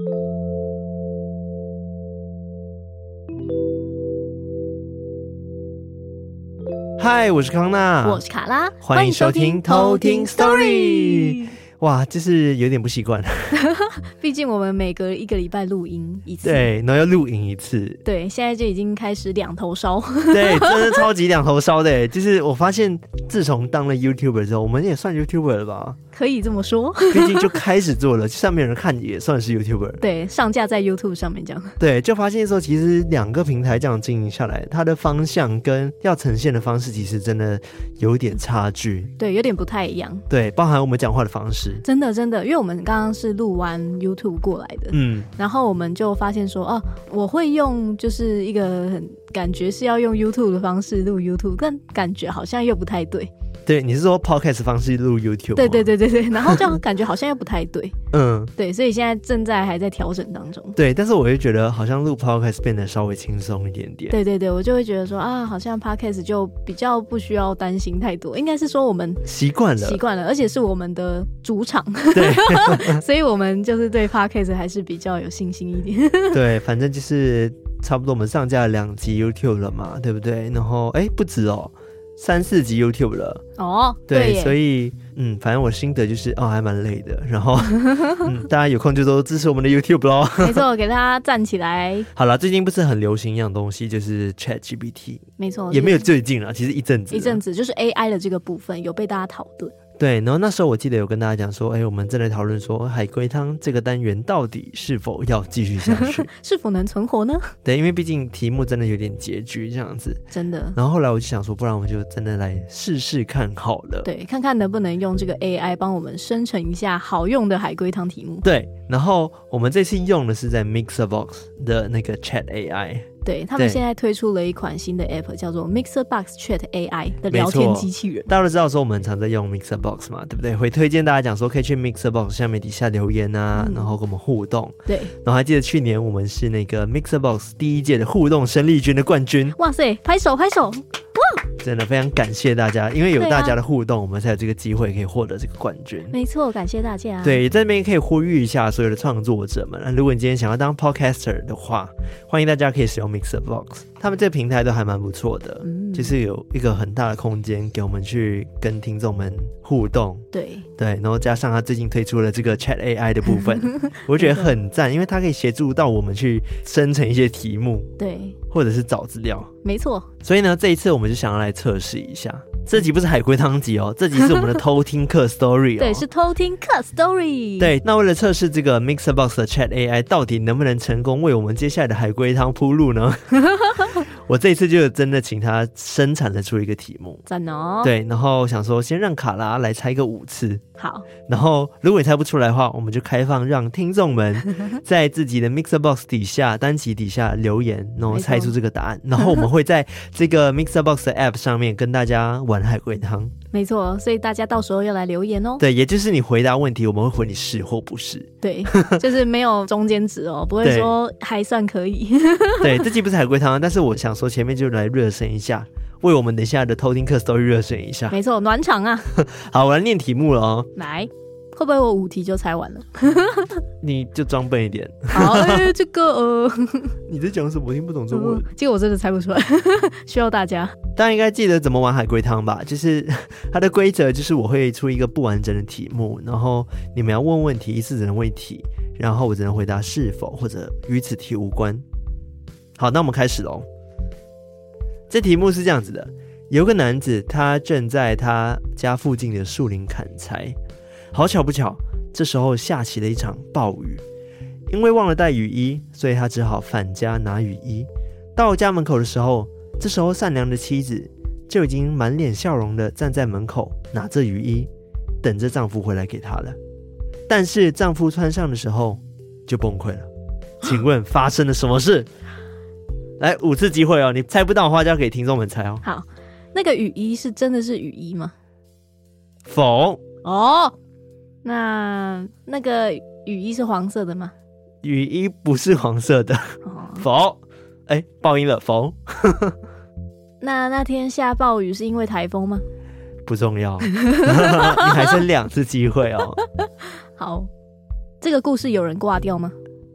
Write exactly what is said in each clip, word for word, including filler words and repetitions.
嗨，我是康纳， 我是卡拉， 欢迎收听偷听 Story。哇，就是有点不习惯， 毕竟我们每隔一个礼拜录音一次， 对，然后要录影一次， 对，现在就已经开始两头烧， 对，真的超级两头烧的。就是我发现，自从当了 YouTuber 之后，我们也算 YouTuber 了吧？ 可以这么说， 毕竟就开始做了，上面人看也算是 YouTuber， 对，上架在 YouTube 上面这样， 对，就发现说，其实两个平台这样经营下来，它的方向跟要呈现的方式，其实真的有点差距， 对，有点不太一样， 对，包含我们讲话的方式。 真的真的，因为我们刚刚是录完 YouTube 过来的，嗯，然后我们就发现说，哦，我会用就是一个很感觉是要用 YouTube 的方式录 YouTube， 但感觉好像又不太对。 对，你是说 Podcast 方式录 YouTube？ 对对对对对，然后这样感觉好像又不太对， 嗯， 对，所以现在正在还在调整当中。 对，但是我会觉得好像录 Podcast 变得稍微轻松一点点。 对对对，我就会觉得说啊，好像 Podcast 就比较不需要担心太多，应该是说我们习惯了， 习惯了，而且是我们的主场， 对， 所以我们就是对 Podcast 还是比较有信心一点。 对，反正就是差不多我们上架了两集 YouTube 了嘛，对不对？然后哎，不止哦。三四集 YouTube 了哦， 对， 对， 所以嗯，反正我心得就是哦，还蛮累的。然后嗯，大家有空就都支持我们的 YouTube 咯。 没错，给大家站起来。 好啦，最近不是很流行一样东西，就是 ChatGPT。 没错， 也没有最近啦，其实一阵子， 一阵子就是 A I 的这个部分有被大家讨论。 对，然后那时候我记得有跟大家讲说，哎，我们正在讨论说海龟汤这个单元到底是否要继续下去， 是否能存活呢？ 对，因为毕竟题目真的有点拮据这样子， 真的。 然后后来我就想说，不然我们就真的来试试看好了， 对，看看能不能用这个 A I 帮我们生成一下好用的海龟汤题目。 对，然后我们这次用的是在 MixerBox 的那个 Chat A I。 对，他们现在推出了一款新的 app 叫做 MixerBox Chat A I 的聊天机器人。 大家都知道说我们常在用 MixerBox 嘛，对不对？会推荐大家讲说可以去 MixerBox 下面底下留言啊、嗯、然后跟我们互动。 对， 然后还记得去年我们是那个 MixerBox 第一届的互动生力军的冠军。 哇塞，拍手拍手，哇！ 真的非常感谢大家，因为有大家的互动、啊、我们才有这个机会可以获得这个冠军。 没错，感谢大家。 对，在这边可以呼吁一下所有的创作者们，如果你今天想要当 podcaster 的话，欢迎大家可以使用 MixerBox， 他们这个平台都还蛮不错的、嗯、就是有一个很大的空间给我们去跟听众们互动。 对对，然后加上他最近推出了这个 Chat A I 的部分我觉得很赞，因为它可以协助到我们去生成一些题目，对，或者是找资料。 没错， 所以呢这一次我们就想要来测试一下，这集不是海龟汤集哦，这集是我们的偷听课 story 哦。 对，是偷听课 story。 对，那为了测试这个 MixerBox 的 Chat A I 到底能不能成功为我们接下来的海龟汤铺路呢我这一次就真的请他生产了出一个题目。 赞哦。 对，然后想说先让卡拉来猜个五次。 好， 然后如果你猜不出来的话，我们就开放让听众们在自己的 MixerBox 底下单集底下留言，然后猜出这个答案，然后我们会在这个 MixerBox 的 App 上面跟大家玩海龟汤。 没错，所以大家到时候要来留言哦。 对，也就是你回答问题我们会回你是或不是。对， 就是没有中间值哦，不会说还算可以对，这集不是海龟汤，但是我想说前面就来热身一下，为我们等一下的偷听课 story 热身一下。 没错，暖场啊好，我来念题目了哦。 来，会不会我五题就猜完了你就装笨一点。 好、欸、这个呃你在讲什么？我听不懂中文、嗯、 这个我真的猜不出来需要大家。 大家应该记得怎么玩海龟汤吧，就是它的规则就是我会出一个不完整的题目，然后你们要问问题，一次只能问一题，然后我只能回答是否或者与此题无关。好，那我们开始咯。这题目是这样子的，有个男子他正在他家附近的树林砍柴，好巧不巧这时候下起了一场暴雨，因为忘了带雨衣，所以他只好返家拿雨衣。到家门口的时候，这时候善良的妻子就已经满脸笑容的站在门口，拿着雨衣等着丈夫回来给她了。但是丈夫穿上的时候就崩溃了。请问发生了什么事？来，五次机会哦，你猜不到的话就要给听众们猜哦。 好，那个雨衣是真的是雨衣吗？ 否。 哦，那那个雨衣是黄色的吗？ 雨衣不是黄色的。哦、否。哎，爆音了，否。 那那天下暴雨是因为台风吗？ 不重要你还剩两次机会哦。 好，这个故事有人挂掉吗？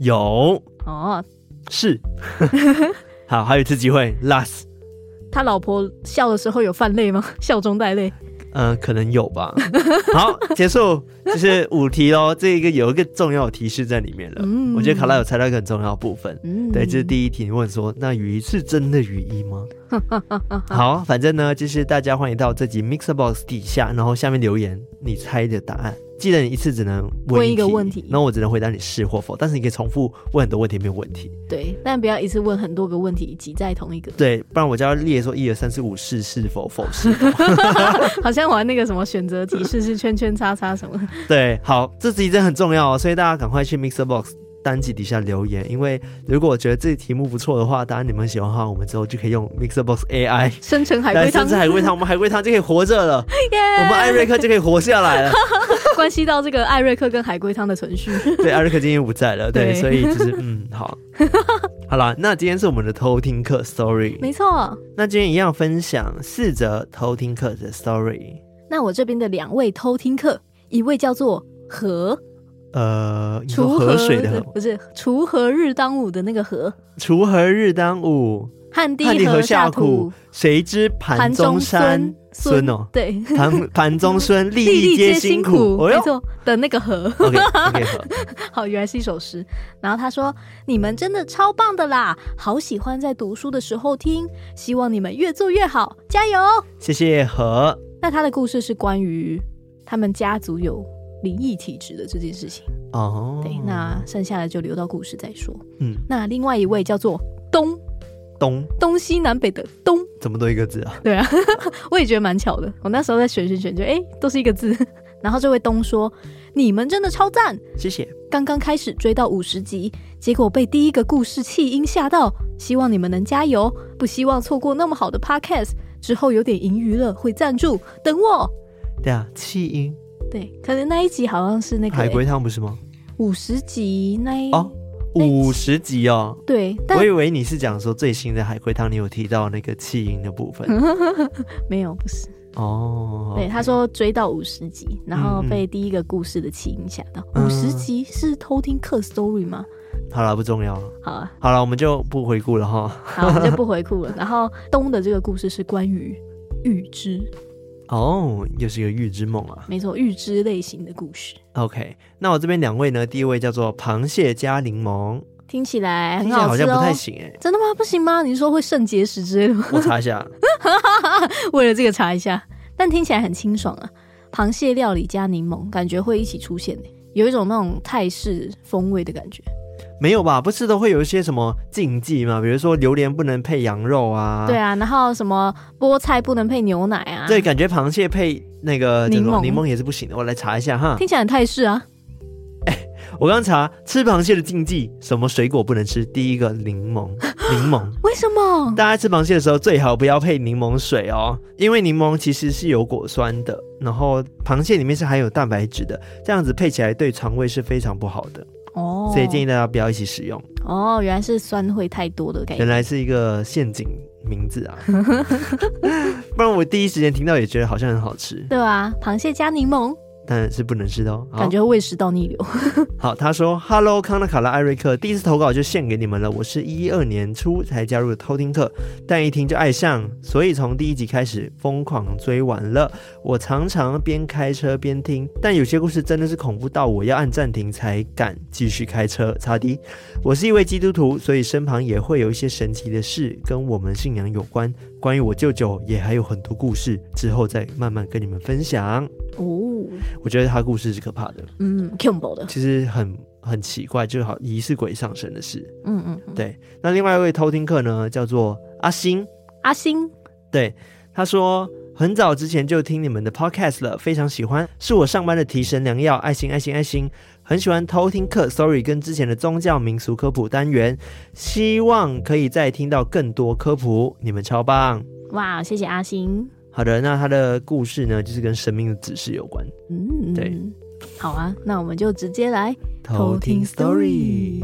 有哦， 是好，还有一次机会 last 他老婆笑的时候有泛泪吗？笑中带泪？ 嗯、呃，可能有吧。好，结束，就是五题咯。这一个有一个重要的提示在里面了。嗯，我觉得卡拉有猜到一个很重要的部分。嗯，对，这是第一题，你问说那雨衣是真的雨衣吗？好，反正呢，就是大家欢迎到这集 Mixerbox 底下，然后下面留言你猜的答案。记得你一次只能问 一, 问一个问题， 然后我只能回答你是或否，但是你可以重复问很多问题，没有问题。 对，但不要一次问很多个问题挤在同一个。 对，不然我就要列说一二三四五是是否否是否。 好像玩那个什么选择题，是是圈圈叉叉什么。 对，好，这集真的很重要哦，所以大家赶快去 Mixerbox 单集底下留言，因为如果我觉得这题目不错的话，当然你们喜欢的话，我们之后就可以用 Mixerbox A I 生成海龟汤， 生成海龟汤，我们海龟汤就可以活着了， yeah! 我们艾瑞克就可以活下来了。 关系到这个艾瑞克跟海龟汤的存续。 对，艾瑞克今天不在了，对，对所以就是嗯，好，好啦，那今天是我们的偷听课 story， 没错。 那今天一样分享四则偷听课的 story。 那我这边的两位偷听课，一位叫做何。 呃，锄河水的河， 不是锄禾日当午的那个禾， 锄禾日当午， 汗滴禾下土， 谁知盘中餐。孙哦， 对， 盘盘中孙，粒粒皆辛苦， 没错的那个禾。 OK OK 禾， 好，原来是一首诗。然后他说：“你们真的超棒的啦，好喜欢在读书的时候听，希望你们越做越好，加油！” 谢谢禾。 那他的故事是关于他们家族有灵异体质的这件事情哦。对，那剩下的就留到故事再说。嗯，那另外一位叫做东。 东东西南北的东， 怎么都一个字啊？ 对啊，我也觉得蛮巧的。我那时候在选选选，就哎、欸，都是一个字。然后这位东说：“你们真的超赞， 谢谢。 刚刚开始追到五十集，结果被第一个故事气音吓到，希望你们能加油，不希望错过那么好的 podcast。之后有点盈余了，会赞助，等我。” 对啊，气音。 对，可能那一集好像是那个、欸、 海龟汤不是吗？ 五十集那一哦。五十集哦， 对， 我以为你是讲说最新的海龟汤，你有提到那个气音的部分。 没有，不是哦。 对，他说追到五十集，然后被第一个故事的气音吓到。五十、嗯、集是偷听课 story 吗？ 好了，不重要了。 好了， 好了，我们就不回顾了哈。 好，我们就不回顾了。然后东的这个故事是关于预知。 哦，又是一个预知梦啊！ 没错，预知类型的故事。 OK， 那我这边两位呢，第一位叫做螃蟹加柠檬， 听起来很好吃哦， 好像不太行哎、欸， 真的吗？不行吗？你是说会肾结石之类的吗？ 我查一下， 为了这个查一下，但听起来很清爽啊！螃蟹料理加柠檬，感觉会一起出现的，有一种那种泰式风味的感觉。 没有吧？不是都会有一些什么禁忌吗？比如说榴莲不能配羊肉啊， 对啊，然后什么菠菜不能配牛奶啊， 对，感觉螃蟹配那个柠檬柠檬也是不行的。我来查一下哈， 听起来很泰式啊。 哎、欸，我刚查吃螃蟹的禁忌，什么水果不能吃？第一个柠檬，柠檬为什么？ 大家吃螃蟹的时候最好不要配柠檬水哦，因为柠檬其实是有果酸的，然后螃蟹里面是含有蛋白质的，这样子配起来对肠胃是非常不好的。哦，所以建议大家不要一起使用。 哦，原来是酸会太多的概念， 原来是一个陷阱名字啊！不然我第一时间听到也觉得好像很好吃。 对啊，螃蟹加柠檬， 但是不能吃的哦， 感觉会胃食道逆流。 好，他说 Hello 康纳卡拉艾瑞克，第一次投稿就献给你们了。我是一二年初才加入的偷听课，但一听就爱上，所以从第一集开始疯狂追完了。我常常边开车边听，但有些故事真的是恐怖到我要按暂停才敢继续开车。擦滴，我是一位基督徒，所以身旁也会有一些神奇的事跟我们信仰有关。关于我舅舅也还有很多故事，之后再慢慢跟你们分享。哦，我觉得他故事是可怕的， 嗯，恐怖的， 其实很很奇怪，就好疑似鬼上身的事。嗯嗯嗯，对。那另外一位偷听客呢，叫做阿星， 阿星， 对，他说很早之前就听你们的 podcast 了，非常喜欢，是我上班的提神良药，爱心爱心爱心。很喜欢偷听课 sorry 跟之前的宗教民俗科普单元，希望可以再听到更多科普，你们超棒。 哇，谢谢阿星。 好的，那他的故事呢，就是跟生命的指示有关。嗯，对， 好啊，那我们就直接来偷听 story。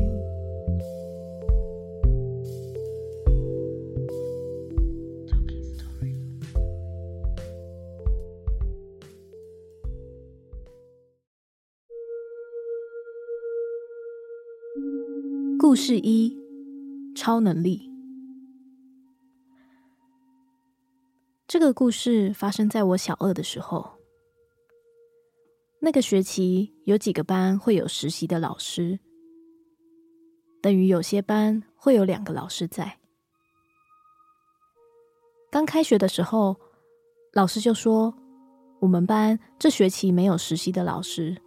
故事一：超能力。这个故事发生在我小二的时候。那个学期有几个班会有实习的老师，等于有些班会有两个老师在。刚开学的时候，老师就说我们班这学期没有实习的老师。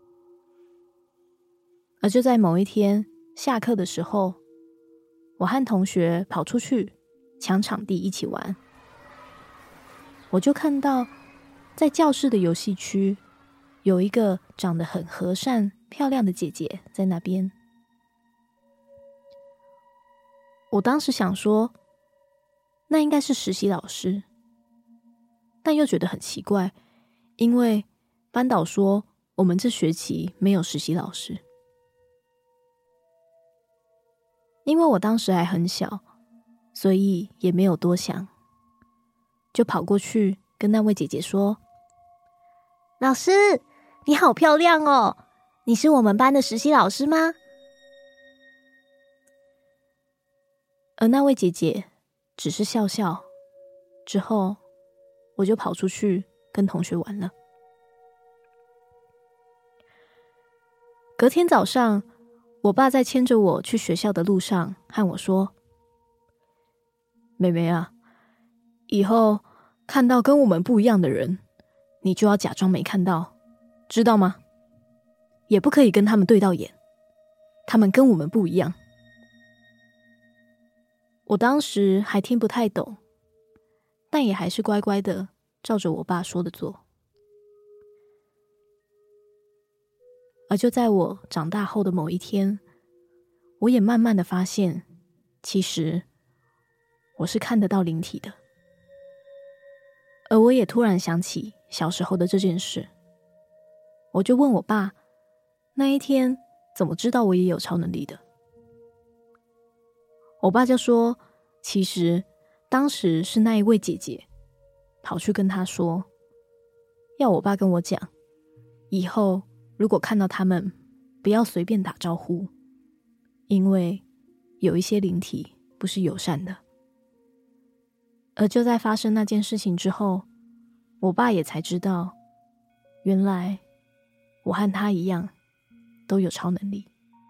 而就在某一天下课的时候，我和同学跑出去抢场地一起玩。我就看到在教室的游戏区有一个长得很和善漂亮的姐姐在那边。我当时想说那应该是实习老师，但又觉得很奇怪，因为班导说我们这学期没有实习老师。因为我当时还很小，所以也没有多想，就跑过去跟那位姐姐说：老师，你好漂亮哦，你是我们班的实习老师吗？而那位姐姐只是笑笑，之后我就跑出去跟同学玩了。隔天早上，我爸在牵着我去学校的路上和我说：妹妹啊，以后看到跟我们不一样的人，你就要假装没看到，知道吗？也不可以跟他们对到眼，他们跟我们不一样。我当时还听不太懂，但也还是乖乖的照着我爸说的做。而就在我长大后的某一天，我也慢慢的发现，其实我是看得到灵体的。而我也突然想起小时候的这件事，我就问我爸，那一天怎么知道我也有超能力的？我爸就说，其实当时是那一位姐姐跑去跟他说，要我爸跟我讲，以后如果看到他们，不要随便打招呼，因为有一些灵体不是友善的。而就在发生那件事情之后，我爸也才知道，原来我和他一样都有超能力。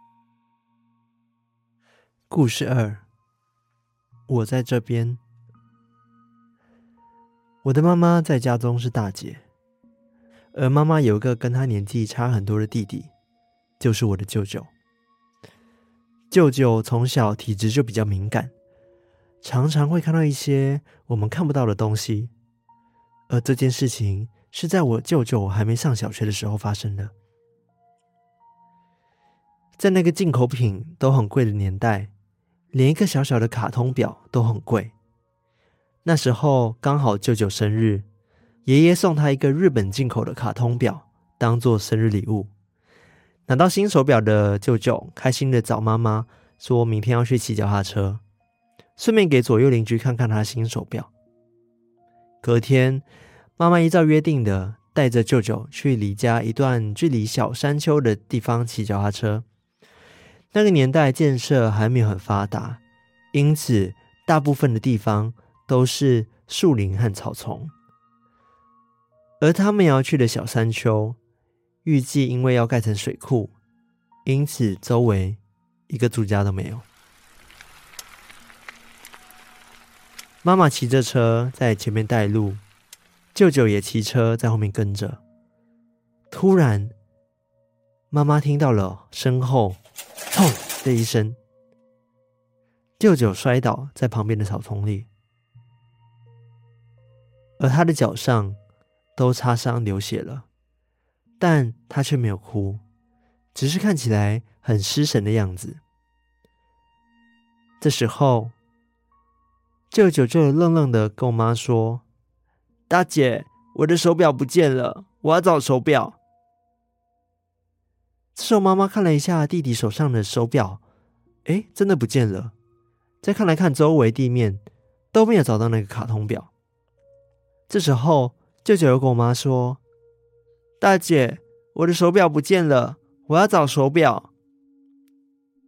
故事二：我在这边。我的妈妈在家中是大姐，而妈妈有一个跟她年纪差很多的弟弟，就是我的舅舅。舅舅从小体质就比较敏感，常常会看到一些我们看不到的东西，而这件事情是在我舅舅还没上小学的时候发生的。在那个进口品都很贵的年代，连一个小小的卡通表都很贵。那时候刚好舅舅生日，爷爷送他一个日本进口的卡通表当做生日礼物。拿到新手表的舅舅开心的找妈妈，说明天要去骑脚踏车，顺便给左右邻居看看他新手表。隔天，妈妈依照约定的带着舅舅去离家一段距离小山丘的地方骑脚踏车。那个年代建设还没有很发达，因此大部分的地方都是树林和草丛。而他们要去的小山丘，预计因为要盖成水库，因此周围一个住家都没有。妈妈骑着车在前面带路，舅舅也骑车在后面跟着。突然，妈妈听到了身后砰的一声，舅舅摔倒在旁边的草丛里，而他的脚上都擦伤流血了，但他却没有哭，只是看起来很失神的样子。这时候，舅舅就愣愣的跟我妈说：大姐，我的手表不见了，我要找手表。这时候妈妈看了一下弟弟手上的手表，诶，真的不见了。再看来看周围地面，都没有找到那个卡通表。这时候舅舅又跟我妈说：大姐，我的手表不见了，我要找手表。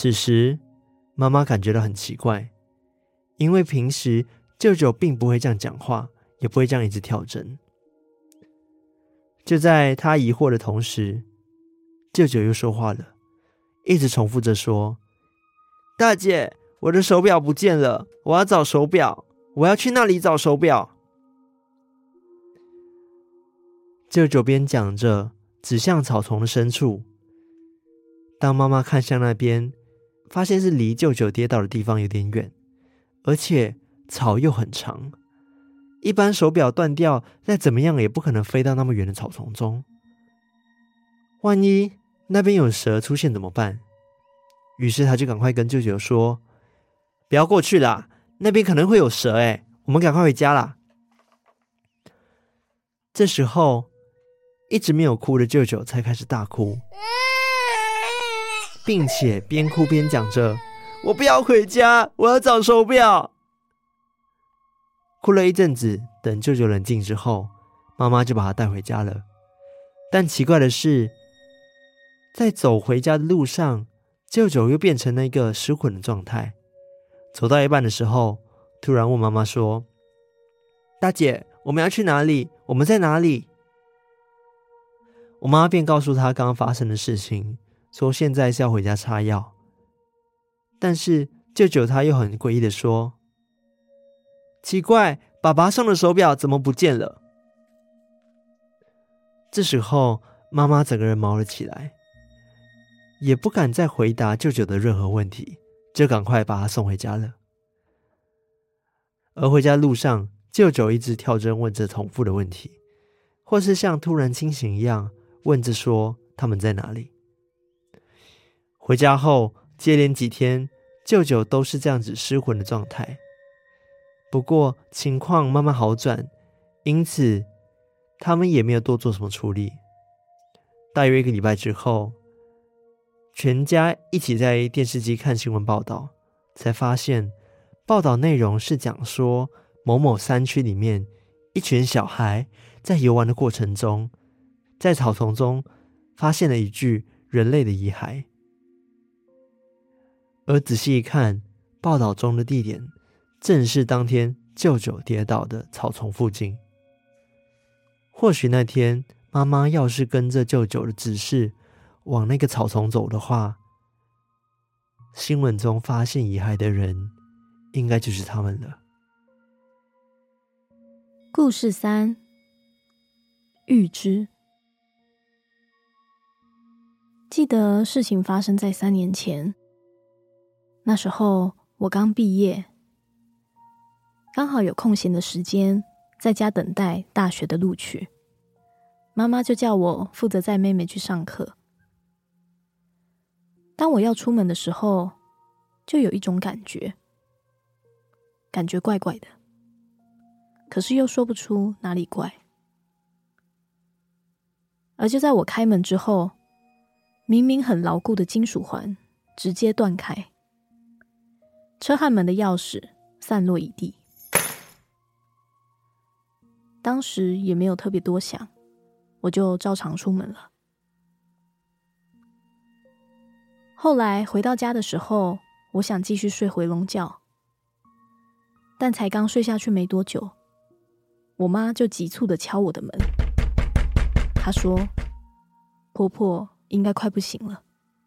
此时妈妈感觉到很奇怪，因为平时舅舅并不会这样讲话，也不会这样一直跳针。就在她疑惑的同时，舅舅又说话了，一直重复着说：大姐，我的手表不见了，我要找手表，我要去那里找手表。舅舅边讲着，指向草丛的深处。当妈妈看向那边，发现是离舅舅跌倒的地方有点远，而且草又很长，一般手表断掉，再怎么样也不可能飞到那么远的草丛中。万一那边有蛇出现怎么办？于是他就赶快跟舅舅说：不要过去啦，那边可能会有蛇欸，我们赶快回家啦。这时候一直没有哭的舅舅才开始大哭，并且边哭边讲着：我不要回家，我要找手表。哭了一阵子，等舅舅冷静之后，妈妈就把他带回家了。但奇怪的是，在走回家的路上，舅舅又变成了一个失魂的状态。走到一半的时候，突然问妈妈说：大姐，我们要去哪里？我们在哪里？我妈便告诉他刚刚发生的事情，说现在是要回家擦药。但是舅舅他又很诡异的说：奇怪，爸爸送的手表怎么不见了？这时候妈妈整个人毛了起来，也不敢再回答舅舅的任何问题，就赶快把他送回家了。而回家路上，舅舅一直跳针问着重复的问题，或是像突然清醒一样问着说他们在哪里。回家后接连几天，舅舅都是这样子失魂的状态。不过情况慢慢好转，因此他们也没有多做什么处理。大约一个礼拜之后，全家一起在电视机看新闻报道，才发现报道内容是讲说某某山区里面一群小孩在游玩的过程中，在草丛中发现了一具人类的遗骸。而仔细一看，报道中的地点正是当天舅舅跌倒的草丛附近。或许那天妈妈要是跟着舅舅的指示往那个草丛走的话，新闻中发现遗骸的人应该就是他们了。 故事三，预知。记得事情发生在三年前，那时候我刚毕业，刚好有空闲的时间，在家等待大学的录取。妈妈就叫我负责载妹妹去上课。当我要出门的时候，就有一种感觉，感觉怪怪的，可是又说不出哪里怪。而就在我开门之后，明明很牢固的金属环直接断开，车和门的钥匙散落一地。当时也没有特别多想，我就照常出门了。后来回到家的时候，我想继续睡回笼觉，但才刚睡下去没多久，我妈就急促地敲我的门。她说：婆婆应该快不行了。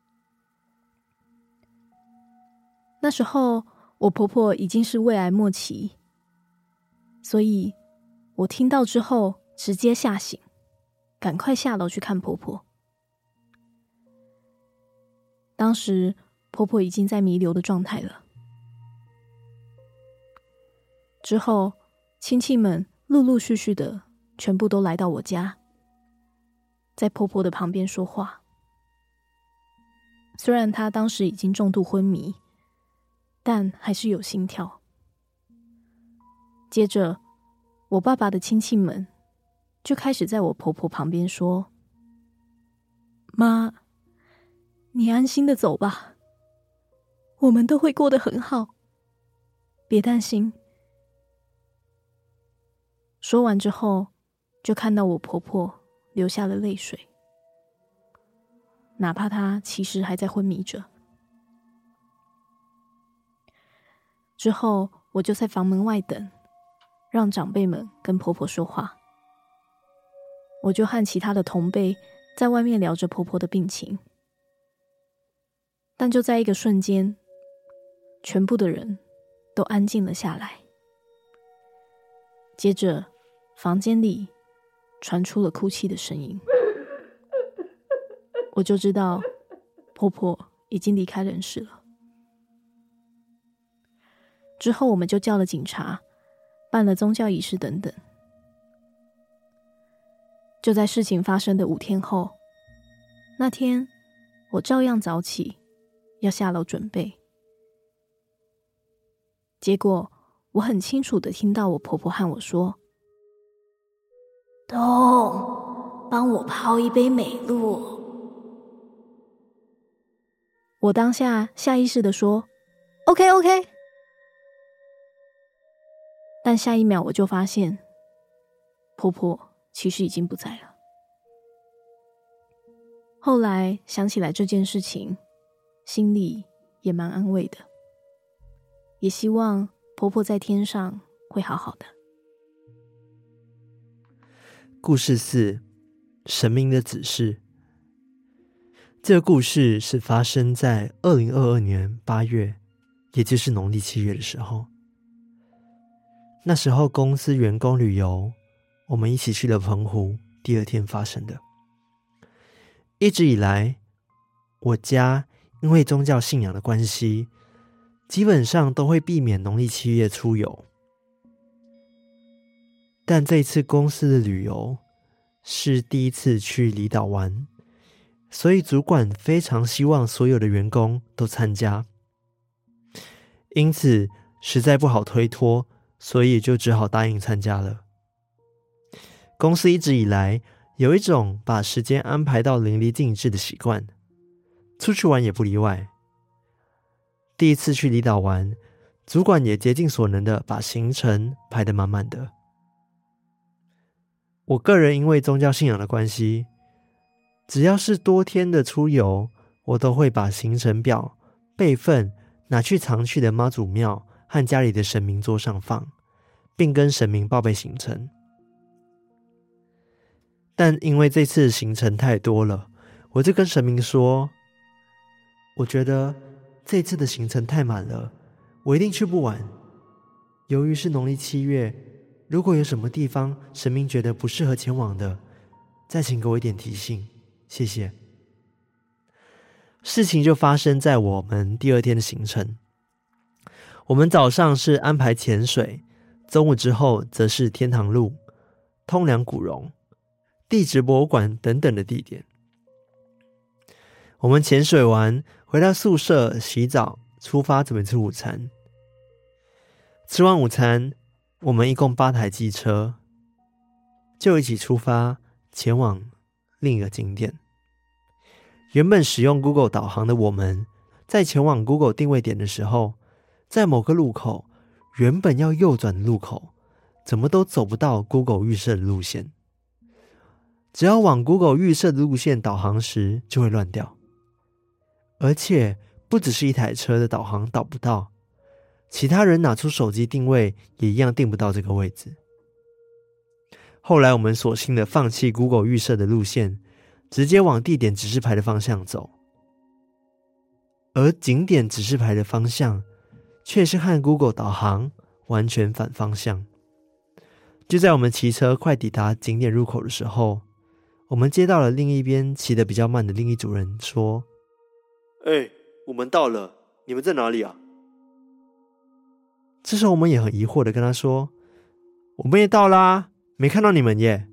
那时候我婆婆已经是胃癌末期，所以我听到之后直接吓醒，赶快下楼去看婆婆。当时婆婆已经在弥留的状态了。之后亲戚们陆陆续续的全部都来到我家，在婆婆的旁边说话。虽然她当时已经重度昏迷，但还是有心跳。接着我爸爸的亲戚们就开始在我婆婆旁边说：妈，你安心的走吧，我们都会过得很好，别担心。说完之后，就看到我婆婆流下了泪水，哪怕她其实还在昏迷着。 之后我就在房门外等，让长辈们跟婆婆说话。我就和其他的同辈在外面聊着婆婆的病情。但就在一个瞬间，全部的人都安静了下来。接着房间里传出了哭泣的声音，我就知道婆婆已经离开人世了。之后我们就叫了警察，办了宗教仪式等等。就在事情发生的五天后，那天我照样早起要下楼准备，结果我很清楚地听到我婆婆和我说：东，帮我泡一杯美露。我当下下意识地说 OK OK， 但下一秒我就发现婆婆其实已经不在了。后来想起来这件事情，心里也蛮安慰的，也希望婆婆在天上会好好的。 故事四：神明的指示。这个故事是发生在二零二二年八月，也就是农历七月的时候。那时候公司员工旅游，我们一起去了澎湖，第二天发生的。一直以来，我家因为宗教信仰的关系，基本上都会避免农历七月出游。但这一次公司的旅游是第一次去离岛玩，所以主管非常希望所有的员工都参加，因此实在不好推脱，所以就只好答应参加了。公司一直以来有一种把时间安排到淋漓尽致的习惯，出去玩也不例外。第一次去离岛玩，主管也竭尽所能的把行程排得满满的。我个人因为宗教信仰的关系，只要是多天的出游，我都会把行程表备份拿去常去的妈祖庙和家里的神明桌上放，并跟神明报备行程。但因为这次行程太多了，我就跟神明说，我觉得这次的行程太满了，我一定去不完。由于是农历七月，如果有什么地方神明觉得不适合前往的，再请给我一点提醒，谢谢。事情就发生在我们第二天的行程。我们早上是安排潜水，中午之后则是天堂路、通梁古榕、地质博物馆等等的地点。我们潜水完回到宿舍洗澡，出发准备吃午餐。吃完午餐，我们一共八台机车，就一起出发前往另一个景点。原本使用 Google 导航的我们，在前往 Google 定位点的时候，在某个路口，原本要右转的路口，怎么都走不到 Google 预设的路线。只要往 Google 预设的路线导航时，就会乱掉。而且不只是一台车的导航导不到，其他人拿出手机定位也一样定不到这个位置。后来我们索性的放弃 Google 预设的路线，直接往地点指示牌的方向走。而景点指示牌的方向却是和 Google 导航完全反方向。就在我们骑车快抵达景点入口的时候，我们接到了另一边骑得比较慢的另一组人说，欸，我们到了，你们在哪里啊？这时候我们也很疑惑的跟他说，我们也到啦，没看到你们耶。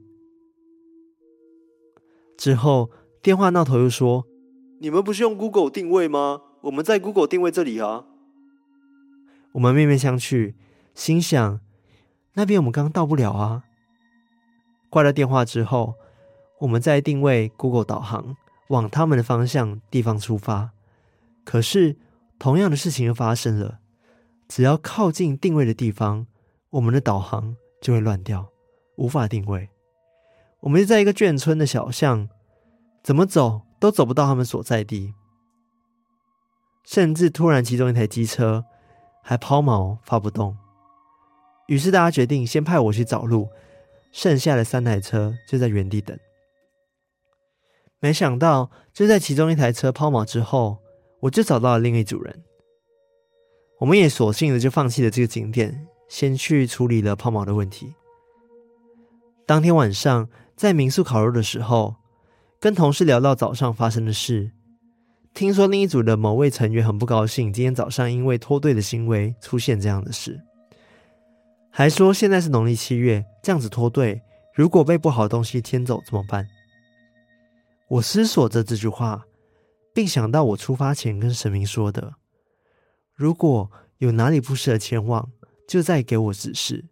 之后电话那头又说，你们不是用 Google 定位吗？我们在 Google 定位这里啊。我们面面相觑，心想那边我们刚到不了啊。挂了电话之后，我们再定位 Google 导航往他们的方向地方出发。可是同样的事情又发生了，只要靠近定位的地方，我们的导航就会乱掉，无法定位。我们就在一个眷村的小巷，怎么走都走不到他们所在地。甚至突然其中一台机车还抛锚发不动。于是大家决定先派我去找路，剩下的三台车就在原地等。没想到就在其中一台车抛锚之后，我就找到了另一组人。我们也索性的就放弃了这个景点，先去处理了抛锚的问题。当天晚上在民宿烤肉的时候，跟同事聊到早上发生的事，听说另一组的某位成员很不高兴，今天早上因为脱队的行为出现这样的事，还说现在是农历七月，这样子脱队，如果被不好的东西牵走怎么办？我思索着这句话，并想到我出发前跟神明说的，如果有哪里不适合前往，就再给我指示。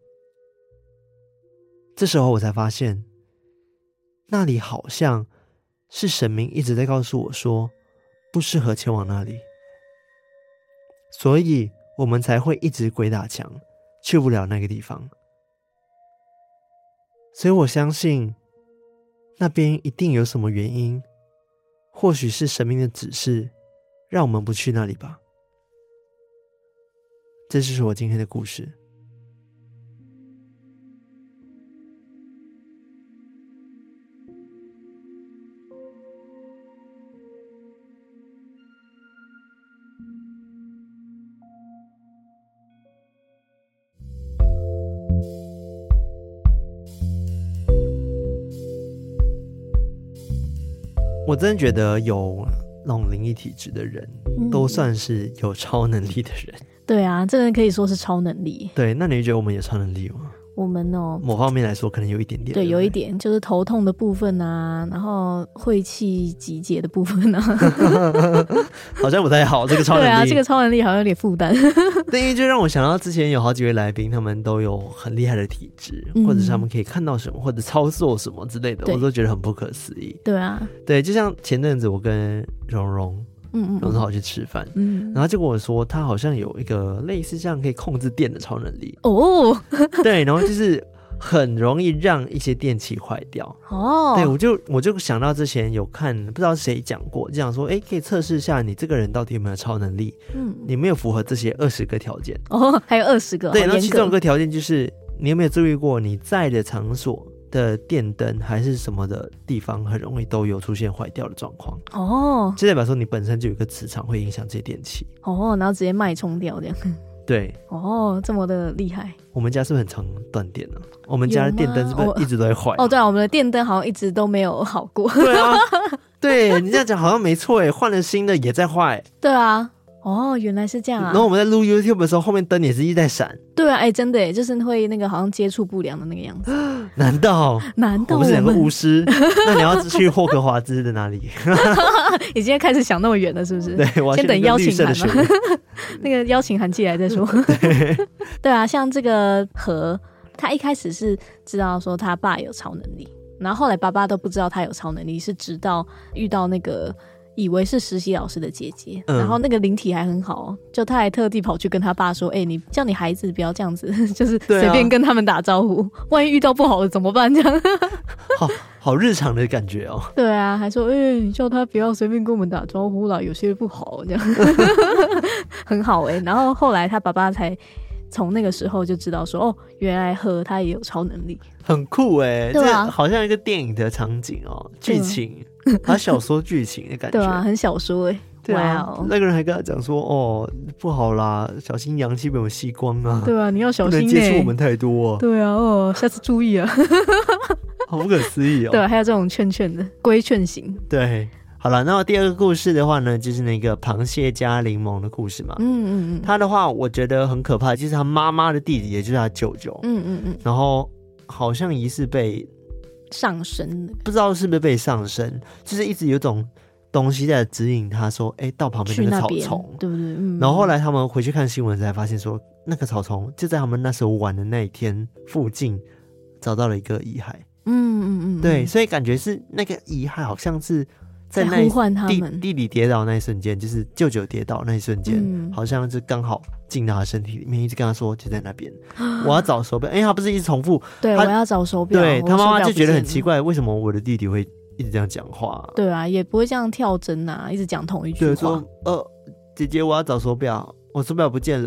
这时候我才发现，那里好像是神明一直在告诉我说不适合前往那里，所以我们才会一直鬼打墙，去不了那个地方。所以我相信那边一定有什么原因，或许是神明的指示，让我们不去那里吧。这就是我今天的故事。我真的觉得有那种灵异体质的人、嗯、都算是有超能力的人。 对啊，这人可以说是超能力。 对，那你觉得我们有超能力吗？ 我们哦， 某方面来说可能有一点点。 对，有一点就是头痛的部分啊，然后晦气集结的部分啊， 好像不太好。这个超能力，对啊，这个超能力好像有点负担。 对，因为就让我想到之前有好几位来宾，他们都有很厉害的体质、嗯，或者是他们可以看到什么，或者操作什么之类的，我都觉得很不可思议。 对啊， 对，就像前阵子我跟蓉蓉。嗯嗯，然后好去吃饭，嗯，然后就跟我说，他好像有一个类似这样可以控制电的超能力哦，对，然后就是很容易让一些电器坏掉哦，对，我就我就想到之前有看，不知道谁讲过，就讲说，哎，可以测试一下你这个人到底有没有超能力，嗯，你没有符合这些二十个条件哦，还有二十个， 对，然后其中一个条件就是你有没有注意过你在的场所的电灯还是什么的地方很容易都有出现坏掉的状况哦，就代表说你本身就有一个磁场会影响这些电器哦，然后直接脉冲掉这样。 对哦，这么的厉害。 我们家是不是很常断电呢、啊？我们家的电灯是不是一直都会坏、啊？ 哦，对啊，我们的电灯好像一直都没有好过。 对啊，对你这样讲好像没错耶，换了新的也在坏。 对啊。哦，原来是这样啊！ 然后我们在录 YouTube 的时候，后面灯也是一直在闪。 对啊，哎、欸，真的耶，就是会那个好像接触不良的那个样子。 难道？ 难道我们是两个巫师？那你要去霍格华兹的哪里？ 已经开始想那么远了，是不是？ 对，我要先等邀请函嘛。那个邀请函寄来再说。对, 对啊，像这个何，他一开始是知道说他爸有超能力，然后后来爸爸都不知道他有超能力，是直到遇到那个。以为是实习老师的姐姐、嗯、然后那个灵体还很好，就他还特地跑去跟他爸说，哎、欸，你叫你孩子不要这样子，就是随便跟他们打招呼、啊、万一遇到不好的怎么办，这样好好日常的感觉哦。 对啊，还说哎、欸，你叫他不要随便跟我们打招呼啦，有些不好这样很好哎、欸。然后后来他爸爸才从那个时候就知道说，哦，原来何他也有超能力， 很酷哎、欸，对啊，好像一个电影的场景哦，剧情，他小说剧情的感觉， 对啊，很小说哎、欸， 对啊， wow 那个人还跟他讲说，哦，不好啦，小心阳气被我们吸光啊， 对啊，你要小心、欸， 不能接触我们太多、啊， 对啊，哦，下次注意啊， 好不可思议哦， 对啊，还有这种劝劝的规劝型， 对。好了，那第二个故事的话呢，就是那个螃蟹加柠檬的故事嘛。嗯嗯嗯。他的话，我觉得很可怕，就是他妈妈的弟弟，也就是他舅舅。嗯嗯嗯。然后好像疑似被上身， 不知道是不是被上身，就是一直有种东西在指引他说，哎、欸，到旁边那个草丛， 对不对？嗯。 然后后来他们回去看新闻才发现说，那个草丛就在他们那时候玩的那一天附近找到了一个遗骸。嗯嗯嗯。对，所以感觉是那个遗骸好像是。在那呼唤他们， 弟弟跌倒那一瞬间，就是舅舅跌倒那一瞬间、嗯，好像是刚好进到他身体里面，一直跟他说就在那边，我要找手表，因为他不是一直重复， 对，我要找手表， 对他妈妈就觉得很奇怪，为什么我的弟弟会一直这样讲话？ 对啊，也不会这样跳针啊，一直讲同一句话， 对，说呃，姐姐我要找手表，我手表不见了。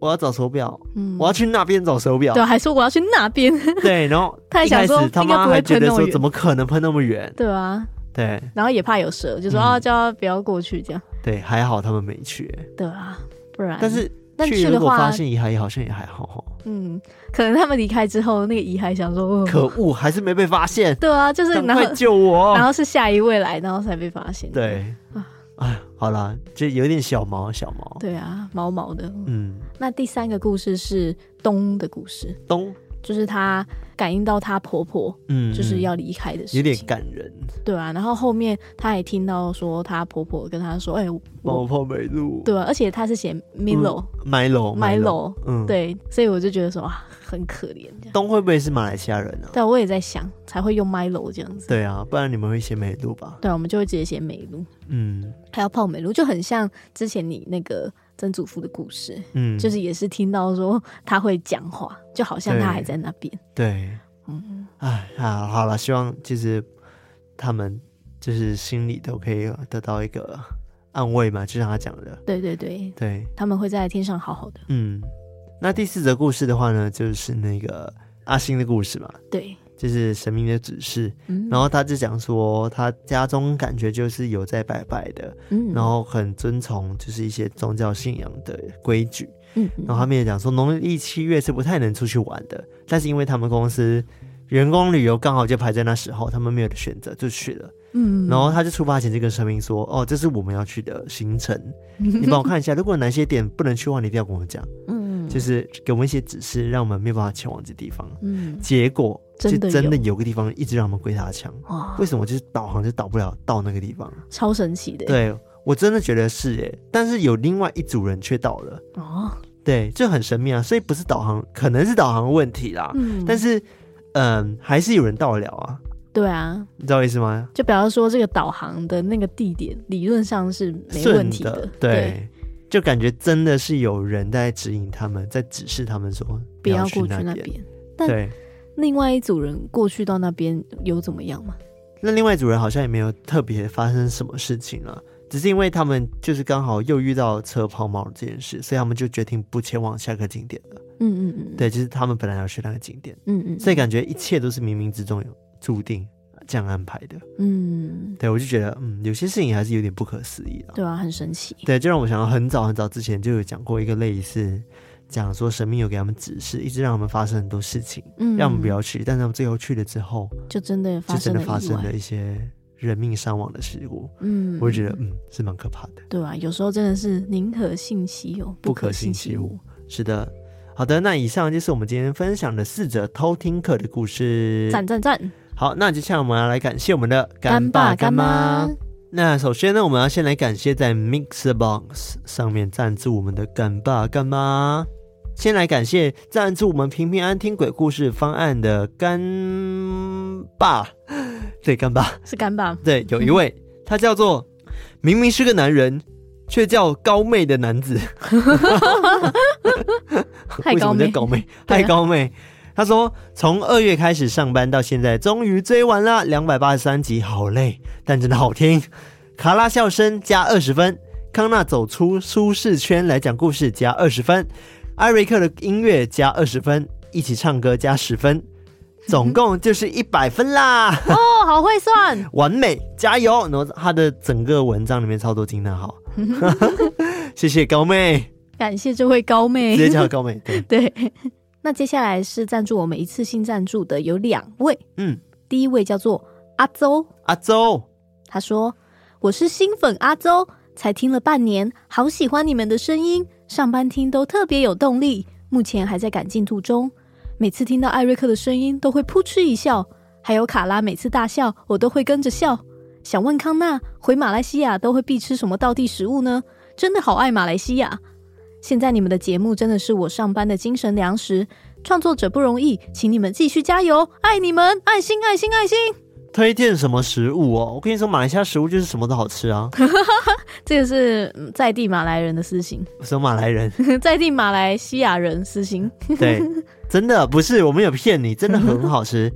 我要找手表、嗯、我要去那边找手表， 对，还说我要去那边对，然后一开始他妈还觉得说怎么可能喷那么远， 对啊， 对，然后也怕有蛇，就说、嗯、啊叫他不要过去这样， 对，还好他们没去， 对啊，不然但是去如果发现遗骸好像也还好， 嗯，可能他们离开之后那个遗骸想说、哦、 可恶还是没被发现， 对啊，就是赶快救我， 然后是下一位来然后才被发现， 对啊，哎，好啦，就有点小毛小毛， 对啊，毛毛的。嗯，那第三个故事是东的故事， 东就是她感应到她婆婆嗯就是要离开的事情， 有点感人， 对啊，然后后面她也听到说她婆婆跟她说哎、欸， 帮我泡美露， 对啊，而且她是写 Milo、 嗯、Milo Milo 嗯，对，所以我就觉得说啊很可怜， 东会不会是马来西亚人啊？ 对，我也在想才会用 Milo 这样子， 对啊，不然你们会写美露吧？ 对啊，我们就会直接写美露，嗯，还要泡美露，就很像之前你那个曾祖父的故事，嗯，就是也是听到说他会讲话，就好像他还在那边， 对，嗯，哎，好，好了，希望就是他们就是心里都可以得到一个安慰嘛，就像他讲的， 对对对对， 他们会在天上好好的， 嗯。那第四则故事的话呢，就是那个阿星的故事嘛， 对， 就是神明的指示、嗯、然后他就讲说他家中感觉就是有在拜拜的、嗯、然后很遵从就是一些宗教信仰的规矩、嗯、然后他们也讲说农历七月是不太能出去玩的，但是因为他们公司员工旅游刚好就排在那时候，他们没有的选择就去了，嗯，然后他就出发前就跟神明说，哦，这是我们要去的行程，你帮我看一下，如果哪些点不能去的话，你一定要跟我讲，嗯，就是给我们一些指示，让我们没有办法前往这地方。嗯，结果就真的有个地方一直让我们鬼打墙，为什么？就是导航就导不了到那个地方， 超神奇的。 对，我真的觉得是耶，但是有另外一组人却到了，哦，对，就很神秘啊，所以不是导航，可能是导航的问题啦，嗯，但是嗯，还是有人到了啊。 对啊， 你知道我意思吗？ 就表示说这个导航的那个地点理论上是没问题的， 对，对，就感觉真的是有人在指引他们，在指示他们说不要过去那边。但另外一组人过去到那边有怎么样吗？ 那另外一组人好像也没有特别发生什么事情了，只是因为他们就是刚好又遇到车抛锚这件事，所以他们就决定不前往下个景点了。嗯嗯嗯，对，就是他们本来要去那个景点，嗯嗯，所以感觉一切都是冥冥之中有注定这样安排的。嗯，对，我就觉得嗯，有些事情还是有点不可思议的。 对啊，很神奇。 对，就让我想到很早很早之前就有讲过一个类似讲说神明有给他们指示，一直让他们发生很多事情，嗯，让他们不要去，但是他们最后去了之后就真的发生了意外，就真的发生了一些人命伤亡的事故。嗯，我就觉得嗯是蛮可怕的。 对啊，有时候真的是宁可信其有，不可信其无。 是的。好的，那以上就是我们今天分享的四则偷听课的故事， 赞赞赞。 好，那接下来我们要来感谢我们的干爸干妈。那首先呢，我们要先来感谢在 Mixbox 上面赞助我们的干爸干妈。先来感谢赞助我们平平安听鬼故事方案的干爸，对，干爸是干爸， 对，有一位他叫做明明是个男人却叫高妹的男子太高妹， 高妹太高妹。他说从二月开始上班到现在终于追完了两百八十三集，好累但真的好听。卡拉笑声加二十分，康纳走出舒适圈来讲故事加二十分，艾瑞克的音乐加二十分，一起唱歌加十分，总共就是一百分啦。 哦，好会算， 完美，加油。然后他的整个文章里面超多惊叹号谢谢高妹， 感谢这位高妹， 直接叫高妹。 对, 对那接下来是赞助我们一次性赞助的有两位，嗯，第一位叫做阿周， 阿周他说我是新粉阿周，才听了半年，好喜欢你们的声音，上班听都特别有动力，目前还在赶进度中，每次听到艾瑞克的声音都会噗嗤一笑，还有卡拉每次大笑我都会跟着笑。想问康纳，回马来西亚都会必吃什么道地食物呢？真的好爱马来西亚。现在你们的节目真的是我上班的精神粮食，创作者不容易，请你们继续加油，爱你们，爱心爱心爱心。 推荐什么食物哦？我跟你说，马来西亚食物就是什么都好吃啊这个是在地马来人的私心。 什么马来人？ 在地马来西亚人私心。 对，真的不是，我没有骗你，真的很好吃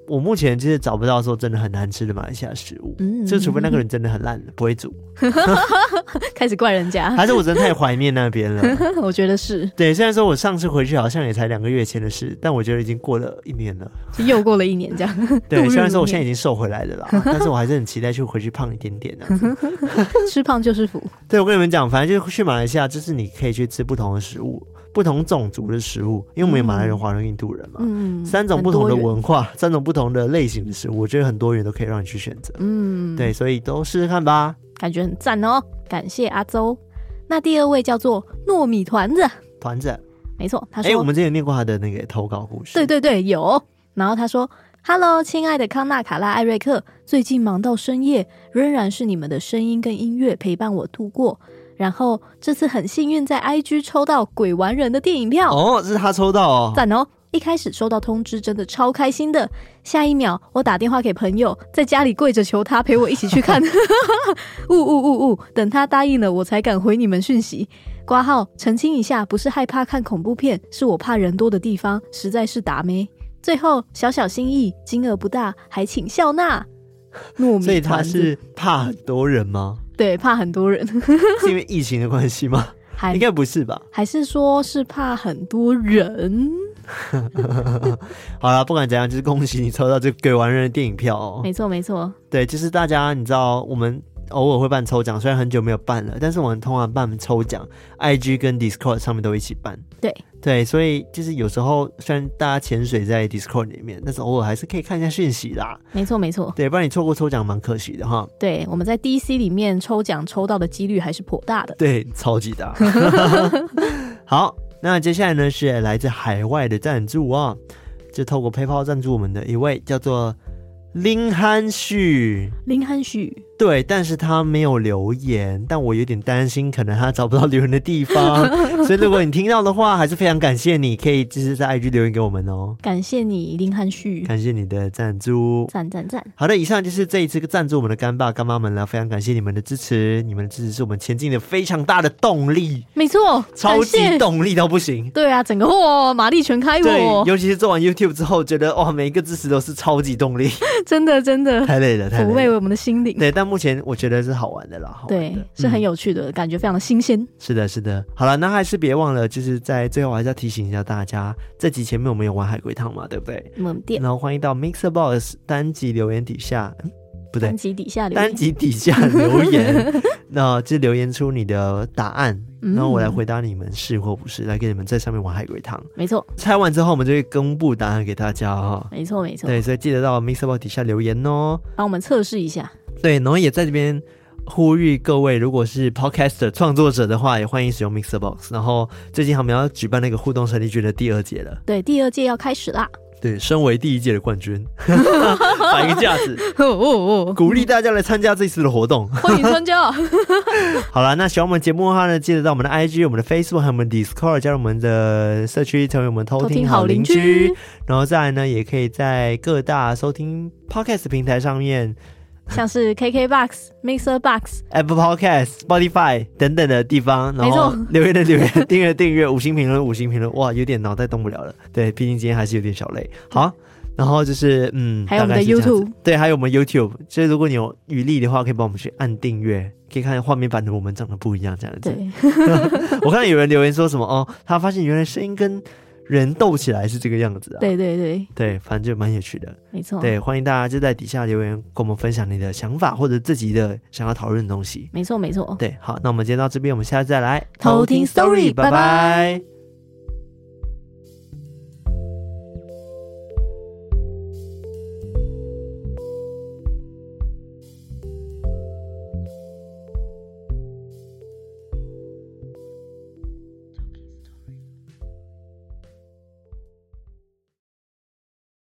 我目前其实找不到说真的很难吃的马来西亚食物，嗯，就除非那个人真的很烂，不会煮， 开始怪人家， 还是我真的太怀念那边了？ 我觉得是。 对，虽然说我上次回去好像也才两个月前的事，但我觉得已经过了一年了， 又过了一年这样。 对，虽然说我现在已经瘦回来了啦，但是我还是很期待去回去胖一点点的。 吃胖就是福。 对，我跟你们讲，反正就是去马来西亚，就是你可以去吃不同的食物。不同种族的食物，因为我们有马来人、华人、印度人嘛，嗯，三种不同的文化，三种不同的类型的食物，我觉得很多元都可以让你去选择，嗯，对，所以都试试看吧， 感觉很赞哦，感谢阿周。那第二位叫做糯米团子， 团子， 没错，他说， 哎、欸，我们之前念过他的那个投稿故事， 对对对，有。然后他说 ：“Hello， 亲爱的康纳、卡拉、艾瑞克，最近忙到深夜，仍然是你们的声音跟音乐陪伴我度过。”然后这次很幸运在 I G 抽到鬼玩人的电影票哦，这是他抽到哦， 赞哦！一开始收到通知真的超开心的，下一秒我打电话给朋友，在家里跪着求他陪我一起去看，呜呜呜呜，等他答应了我才敢回你们讯息。括号澄清一下，不是害怕看恐怖片，是我怕人多的地方实在是打咩。最后小小心意，金额不大，还请笑纳。糯米团子， 所以他是怕很多人吗？ 对，怕很多人。 是因为疫情的关系吗？应该不是吧？ 还是说是怕很多人？ 好啦，不管怎样，就是恭喜你抽到这个鬼玩人的电影票哦。 没错没错， 对，就是大家你知道我们偶尔会办抽奖，虽然很久没有办了，但是我们通常办抽奖 I G 跟 Discord 上面都一起办。 对对，所以就是有时候虽然大家潜水在 Discord 里面，但是偶尔还是可以看一下讯息啦。 没错没错， 对，不然你错过抽奖蛮可惜的哈。 对，我们在 D C 里面抽奖抽到的几率还是颇大的。 对，超级大。好，那接下来呢是来自海外的赞助啊、哦，就透过 PayPal 赞助我们的一位叫做林涵旭， 林涵旭， 对，但是他没有留言，但我有点担心，可能他找不到留言的地方，所以如果你听到的话，还是非常感谢你，可以就是在 I G 留言给我们哦。 感谢你，林涵旭， 感谢你的赞助， 赞赞赞。 好的，以上就是这一次赞助我们的干爸干妈们了，非常感谢你们的支持，你们的支持是我们前进的非常大的动力。 没错， 超级动力到不行。 对啊，整个哇，马力全开我。 对，尤其是做完 YouTube 之后，觉得哇，每一个支持都是超级动力。 真的真的太累了，太累了， 抚慰我们的心灵。 对，但目前我觉得是好玩的啦，好玩的， 对，是很有趣的、嗯、感觉，非常的新鲜。 是的，是的。好了，那还是别忘了，就是在最后还是要提醒一下大家，这集前面我们有玩海龟汤嘛，对不对？ 嗯，对。 然后欢迎到 Mixer Box 单集留言底下，嗯、不对， 单集底下留言， 单集底下留言，那就留言出你的答案。然后我来回答你们是或不是，来给你们在上面玩海龟汤。 没错， 猜完之后我们就会公布答案给大家哈。 没错没错， 对，所以记得到 Mixerbox 底下留言哦， 帮我们测试一下。 对，然后也在这边呼吁各位，如果是 Podcast 创作者的话，也欢迎使用 Mixerbox。然后最近我们要举办那个互动神力剧的第二届了。 对，第二届要开始啦。 对，身为第一届的冠军，摆个架子，鼓励大家来参加这次的活动， 欢迎参加。 好啦，那喜欢我们节目的话呢，记得到我们的 I G、我们的 Facebook 还有我们的 Discord 加入我们的社区，成为我们偷听好邻居。然后再来呢，也可以在各大收听 Podcast 平台上面， 像是 K K B O X、Mixer Box、Apple Podcast、Spotify 等等的地方，然后留言的留言，订阅订阅，五星评论五星评论，哇，有点脑袋动不了了。对，毕竟今天还是有点小累。好，然后就是嗯， 还有我们的 YouTube， 对，还有我们 YouTube。所以如果你有余力的话，可以帮我们去按订阅，可以看画面版的我们长得不一样这样子。 对， 我看到有人留言说什么哦，他发现原来声音跟人斗起来是这个样子啊！ 对对对对，反正就蛮有趣的， 没错。 对，欢迎大家就在底下留言，跟我们分享你的想法或者自己的想要讨论的东西。 没错没错。 对，好，那我们今天到这边，我们下次再来偷听 story， 拜拜。